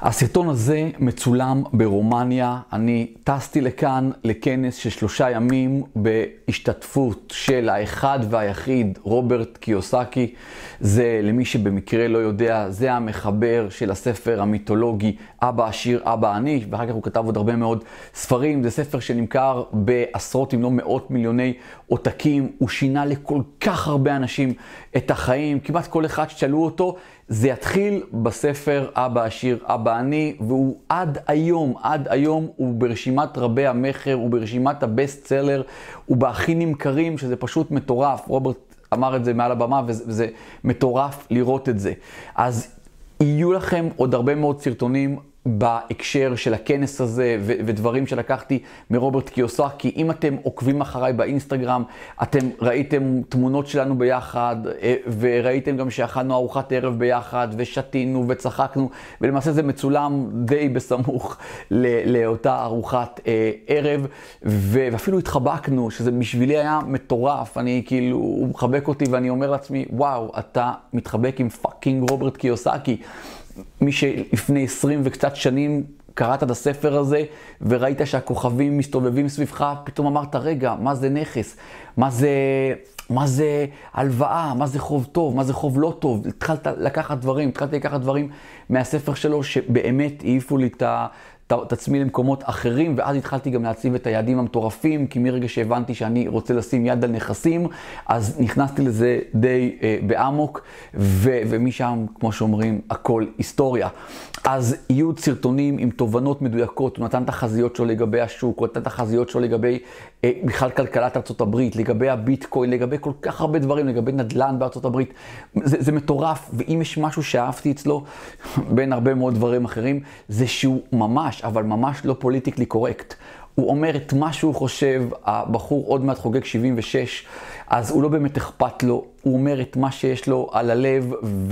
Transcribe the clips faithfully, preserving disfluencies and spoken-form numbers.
הסרטון הזה מצולם ברומניה. אני טסתי לכאן לכנס של שלושה ימים בהשתתפות של האחד והיחיד רוברט קיוסקי. זה, למי שבמקרה לא יודע, זה המחבר של הספר המיתולוגי אבא עשיר אבא עני, ואחר כך הוא כתב עוד הרבה מאוד ספרים. זה ספר שנמכר בעשרות אם לא מאות מיליוני עותקים. הוא שינה לכל כך הרבה אנשים את החיים. כמעט כל אחד ששאלו אותו, זה יתחיל בספר אבא עשיר אבא עני, והוא עד היום, עד היום הוא ברשימת רבי המחר, הוא ברשימת הבסט סלר, הוא בהכי נמכרים, שזה פשוט מטורף. רוברט אמר את זה מעל הבמה, וזה, וזה מטורף לראות את זה. אז יהיו לכם עוד הרבה מאוד סרטונים בהקשר של הכנס הזה ו- ודברים שלקחתי מרוברט קיוסקי. אם אתם עוקבים אחריי באינסטגרם, אתם ראיתם תמונות שלנו ביחד, וראיתם גם שאכלנו ארוחת ערב ביחד, ושתינו וצחקנו, ולמעשה זה מצולם די בסמוך ל- לאותה ארוחת אה, ערב, ו- ואפילו התחבקנו, שזה בשבילי היה מטורף. אני כאילו, הוא מחבק אותי ואני אומר לעצמי, וואו, אתה מתחבק עם פאקינג רוברט קיוסקי. מי שלפני עשרים וקצת שנים קראת את הספר הזה וראית שהכוכבים מסתובבים סביבך, פתאום אמרת, רגע, מה זה נכס? מה זה, מה זה הלוואה? מה זה חוב טוב? מה זה חוב לא טוב? התחלת לקחת דברים, התחלתי לקחת דברים מהספר שלו שבאמת העיפו לי את ה... את עצמי למקומות אחרים, ואז התחלתי גם להציב את היעדים המטורפים, כי מרגע שהבנתי שאני רוצה לשים יד על נכסים, אז נכנסתי לזה די אה, בעמוק, ו- ומשם, כמו שאומרים, הכל היסטוריה. אז יהיו סרטונים עם תובנות מדויקות. הוא נתן תחזיות שלו לגבי השוק, הוא נתן תחזיות שלו לגבי אה, בכלל כלכלת ארצות הברית, לגבי הביטקוין, לגבי כל כך הרבה דברים, לגבי נדל"ן בארצות הברית. זה, זה מטורף, ואם יש משהו שאהבתי אצלו, בין הרבה מאוד דברים אחרים, זה שהוא ממש, אבל ממש לא פוליטיקלי קורקט. הוא אומר את מה שהוא חושב. הבחור עוד מעט חוגג שבעים ושש, אז הוא לא באמת אכפת לו. הוא אומר את מה שיש לו על הלב,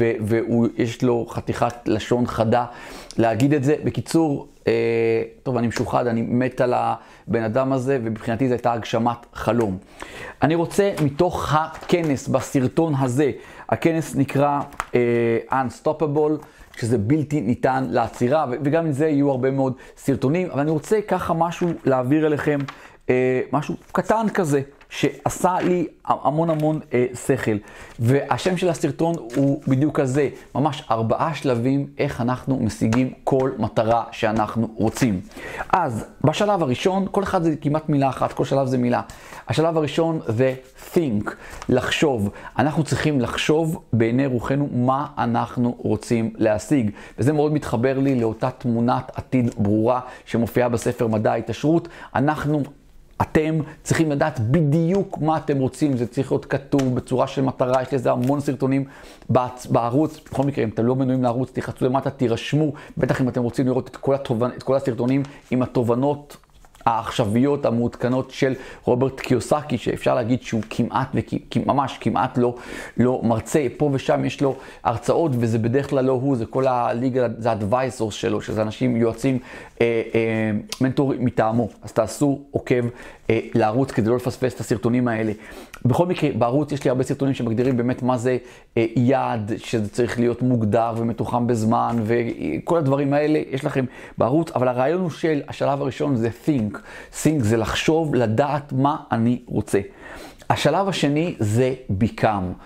ויש לו חתיכת לשון חדה להגיד את זה. בקיצור, אה, טוב, אני משוחד, אני מת על הבן אדם הזה, ובבחינתי זו הייתה הגשמת חלום. אני רוצה מתוך הכנס, בסרטון הזה, הכנס נקרא אה, Unstoppable, שזה בלתי ניתן לעצירה, וגם עם זה יהיו הרבה מאוד סרטונים, אבל אני רוצה ככה משהו להעביר אליכם, אה, משהו קטן כזה, שעשה לי המון המון אה, שכל. והשם של הסרטון הוא בדיוק כזה, ממש ארבעה שלבים איך אנחנו משיגים כל מטרה שאנחנו רוצים. אז בשלב הראשון, כל אחד זה כמעט מילה אחת, כל שלב זה מילה. השלב הראשון זה think, לחשוב. אנחנו צריכים לחשוב בעיני רוחנו מה אנחנו רוצים להשיג. וזה מאוד מתחבר לי לאותה תמונת עתיד ברורה שמופיעה בספר מדע ההתעשרות. אנחנו אתם צריכים לדעת בדיוק מה אתם רוצים. זה צריך להיות כתוב בצורה של מטרה. יש לזה המון סרטונים בערוץ. בכל מקרה, אם אתם לא מנויים לערוץ, תחצו למטה, תירשמו. בטח אם אתם רוצים לראות את כל, התובנ... את כל הסרטונים עם התובנות העכשוויות המעודכנות של רוברט קיוסקי, שאפשר להגיד שהוא כמעט וממש כמעט לא, לא מרצה. פה ושם יש לו הרצאות, וזה בדרך כלל לא הוא, זה כל הליגה, זה האדוויזורס שלו, שזה אנשים יועצים, אה, אה, מנטורים מטעמו. אז תעשו עוקב אה, לערוץ כדי לא לפספס את הסרטונים האלה. בכל מקרה, בערוץ יש לי הרבה סרטונים שמגדירים באמת מה זה אה, יעד, שזה צריך להיות מוגדר ומתוחם בזמן, וכל הדברים האלה יש לכם בערוץ. אבל הרעיון הוא של השלב הראשון זה think. think זה לחשוב, לדעת מה אני רוצה. השלב השני זה become,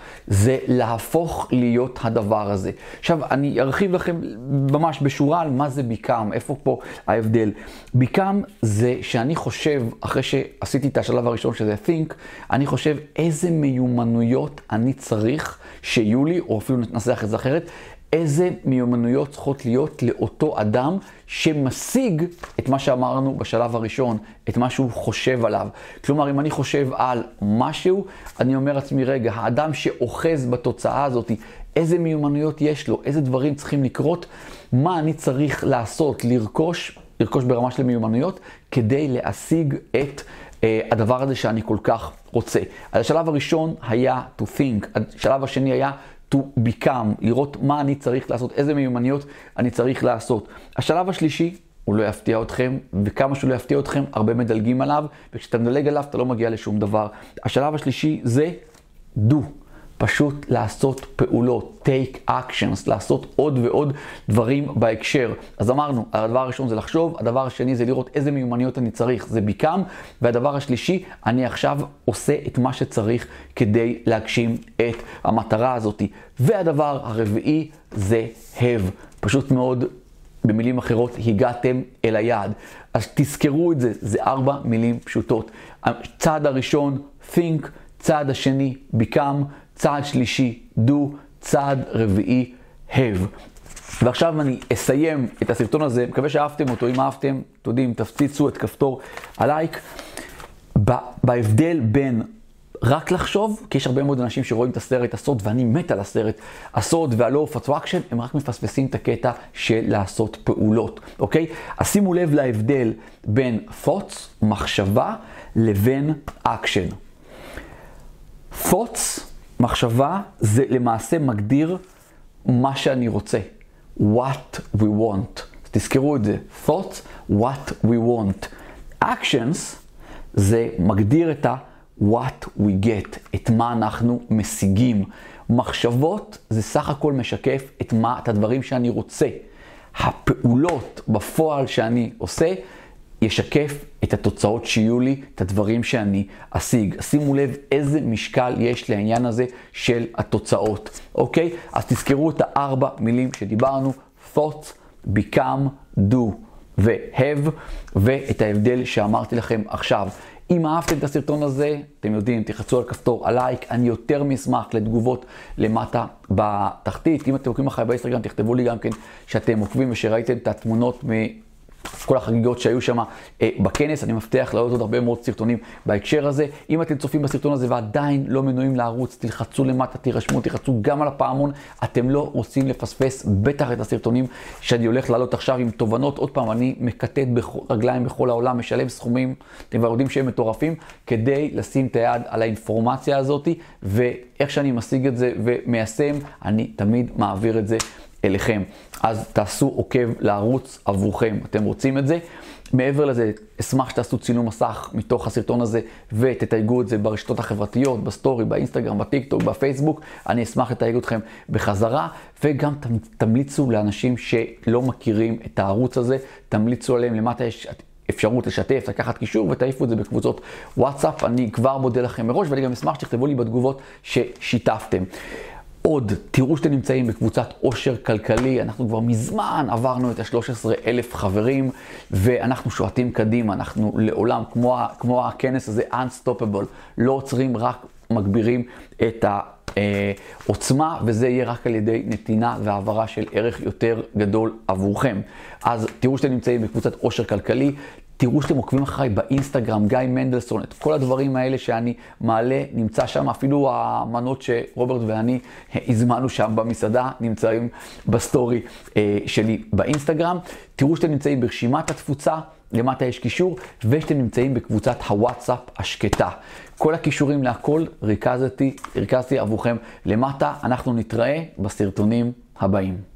זה להפוך להיות הדבר הזה. עכשיו, אני ארחיב לכם ממש בשורה על מה זה become, איפה פה ההבדל. become זה שאני חושב, אחרי שעשיתי את השלב הראשון שזה think, אני חושב איזה מיומנויות אני צריך שיהיו לי, או אפילו ננסח את זה אחרת, איזה מיומנויות צריכות להיות לאותו אדם שמשיג את מה שאמרנו בשלב הראשון, את מה שהוא חושב עליו. כלומר, אם אני חושב על משהו, אני אומר לעצמי, רגע, האדם שאוחז בתוצאה הזאת, איזה מיומנויות יש לו, איזה דברים צריכים לקרות, מה אני צריך לעשות, לרכוש, לרכוש ברמה של מיומנויות, כדי להשיג את אה, הדבר הזה שאני כל כך רוצה. אז השלב הראשון היה to think, השלב השני היה to become, לראות מה אני צריך לעשות, איזה מיומנויות אני צריך לעשות. השלב השלישי, הוא לא יפתיע אתכם, וכמה שהוא לא יפתיע אתכם, הרבה מדלגים עליו, וכשאתה מדלג עליו, אתה לא מגיע לשום דבר. השלב השלישי זה do. פשוט לעשות פעולות, take actions, לעשות עוד ועוד דברים בהקשר. אז אמרנו, הדבר הראשון זה לחשוב, הדבר השני זה לראות איזה מיומנויות אני צריך, זה become, והדבר השלישי, אני עכשיו עושה את מה שצריך כדי להגשים את המטרה הזאת. והדבר הרביעי זה have, פשוט מאוד, במילים אחרות, הגעתם אל היעד. אז תזכרו את זה, זה ארבע מילים פשוטות. צעד הראשון, think, צעד השני, become, צעד שלישי, do, צעד רביעי, have. ועכשיו אני אסיים את הסרטון הזה, מקווה שאהבתם אותו, אם אהבתם, אתם יודעים, תפציצו את כפתור הלייק. בהבדל בין רק לחשוב, כי יש הרבה מאוד אנשים שרואים את הסרט הסוד, ואני מת על הסרט הסוד והלא of attraction, הם רק מפספסים את הקטע של לעשות פעולות, אוקיי? אז שימו לב להבדל בין thoughts, מחשבה, לבין action. thoughts, מחשבה, זה למעשה מגדיר מה שאני רוצה. what we want. אז תזכרו את זה. thoughts, what we want. actions, זה מגדיר את ה- what we get, את מה אנחנו משיגים. מחשבות זה סך הכל משקף את מה, את הדברים שאני רוצה. הפעולות בפועל שאני עושה, ישקף את התוצאות שיהיו לי, את הדברים שאני אשיג. שימו לב איזה משקל יש לעניין הזה של התוצאות. אוקיי? אז תזכרו את הארבע מילים שדיברנו, thoughts, become, do ו-have, ואת ההבדל שאמרתי לכם עכשיו. אם אהבתם את הסרטון הזה, אתם יודעים, תחצו על כפתור הלייק, אני יותר משמח לתגובות למטה בתחתית. אם אתם עוקבים אחרי באינסטגרם, תכתבו לי גם כן שאתם עוקבים ושראיתם את התמונות מכל החגיגות שהיו שם אה, בכנס. אני מבטיח לעלות עוד הרבה מאוד סרטונים בהקשר הזה. אם אתם צופים בסרטון הזה ועדיין לא מנויים לערוץ, תלחצו למטה, תירשמו, תלחצו גם על הפעמון. אתם לא רוצים לפספס בטח את הסרטונים שאני הולך לעלות עכשיו עם תובנות. עוד פעם, אני מקטט ברגליים בכל העולם, משלם סכומים, אתם כבר יודעים שהם מטורפים, כדי לשים את היד על האינפורמציה הזאת, ואיך שאני משיג את זה ומיישם, אני תמיד מעביר את זה אליכם. אז תעשו עוקב לערוץ עבורכם, אתם רוצים את זה. מעבר לזה, אשמח שתעשו צילום מסך מתוך הסרטון הזה ותתייגו את זה ברשתות החברתיות, בסטורי, באינסטגרם, בטיק טוק, בפייסבוק. אני אשמח לתייג אתכם בחזרה, וגם תמליצו לאנשים שלא מכירים את הערוץ הזה, תמליצו עליהם. למטה יש אפשרות לשתף, לקחת קישור ותעיפו את זה בקבוצות וואטסאפ. אני כבר מודה לכם מראש, ואני גם אשמח שתכתבו לי בתגובות ששיתפתם. עוד, תראו שאתם נמצאים בקבוצת עושר כלכלי, אנחנו כבר מזמן עברנו את ה-שלושה עשר אלף חברים, ואנחנו שועטים קדימה, אנחנו לעולם, כמו, כמו הכנס הזה, unstoppable, לא עוצרים, רק מגבירים את העוצמה, וזה יהיה רק על ידי נתינה והעברה של ערך יותר גדול עבורכם. אז תראו שאתם נמצאים בקבוצת עושר כלכלי, תראו שאתם עוקבים אחריי באינסטגרם, גיא מנדלסון, את כל הדברים האלה שאני מעלה נמצא שם, אפילו המנות שרוברט ואני הזמנו שם במסעדה, נמצאים בסטורי אה, שלי באינסטגרם. תראו שאתם נמצאים ברשימת התפוצה, למטה יש קישור, ושאתם נמצאים בקבוצת הוואטסאפ השקטה. כל הקישורים להכל ריכזתי, ריכזתי עבורכם למטה. אנחנו נתראה בסרטונים הבאים.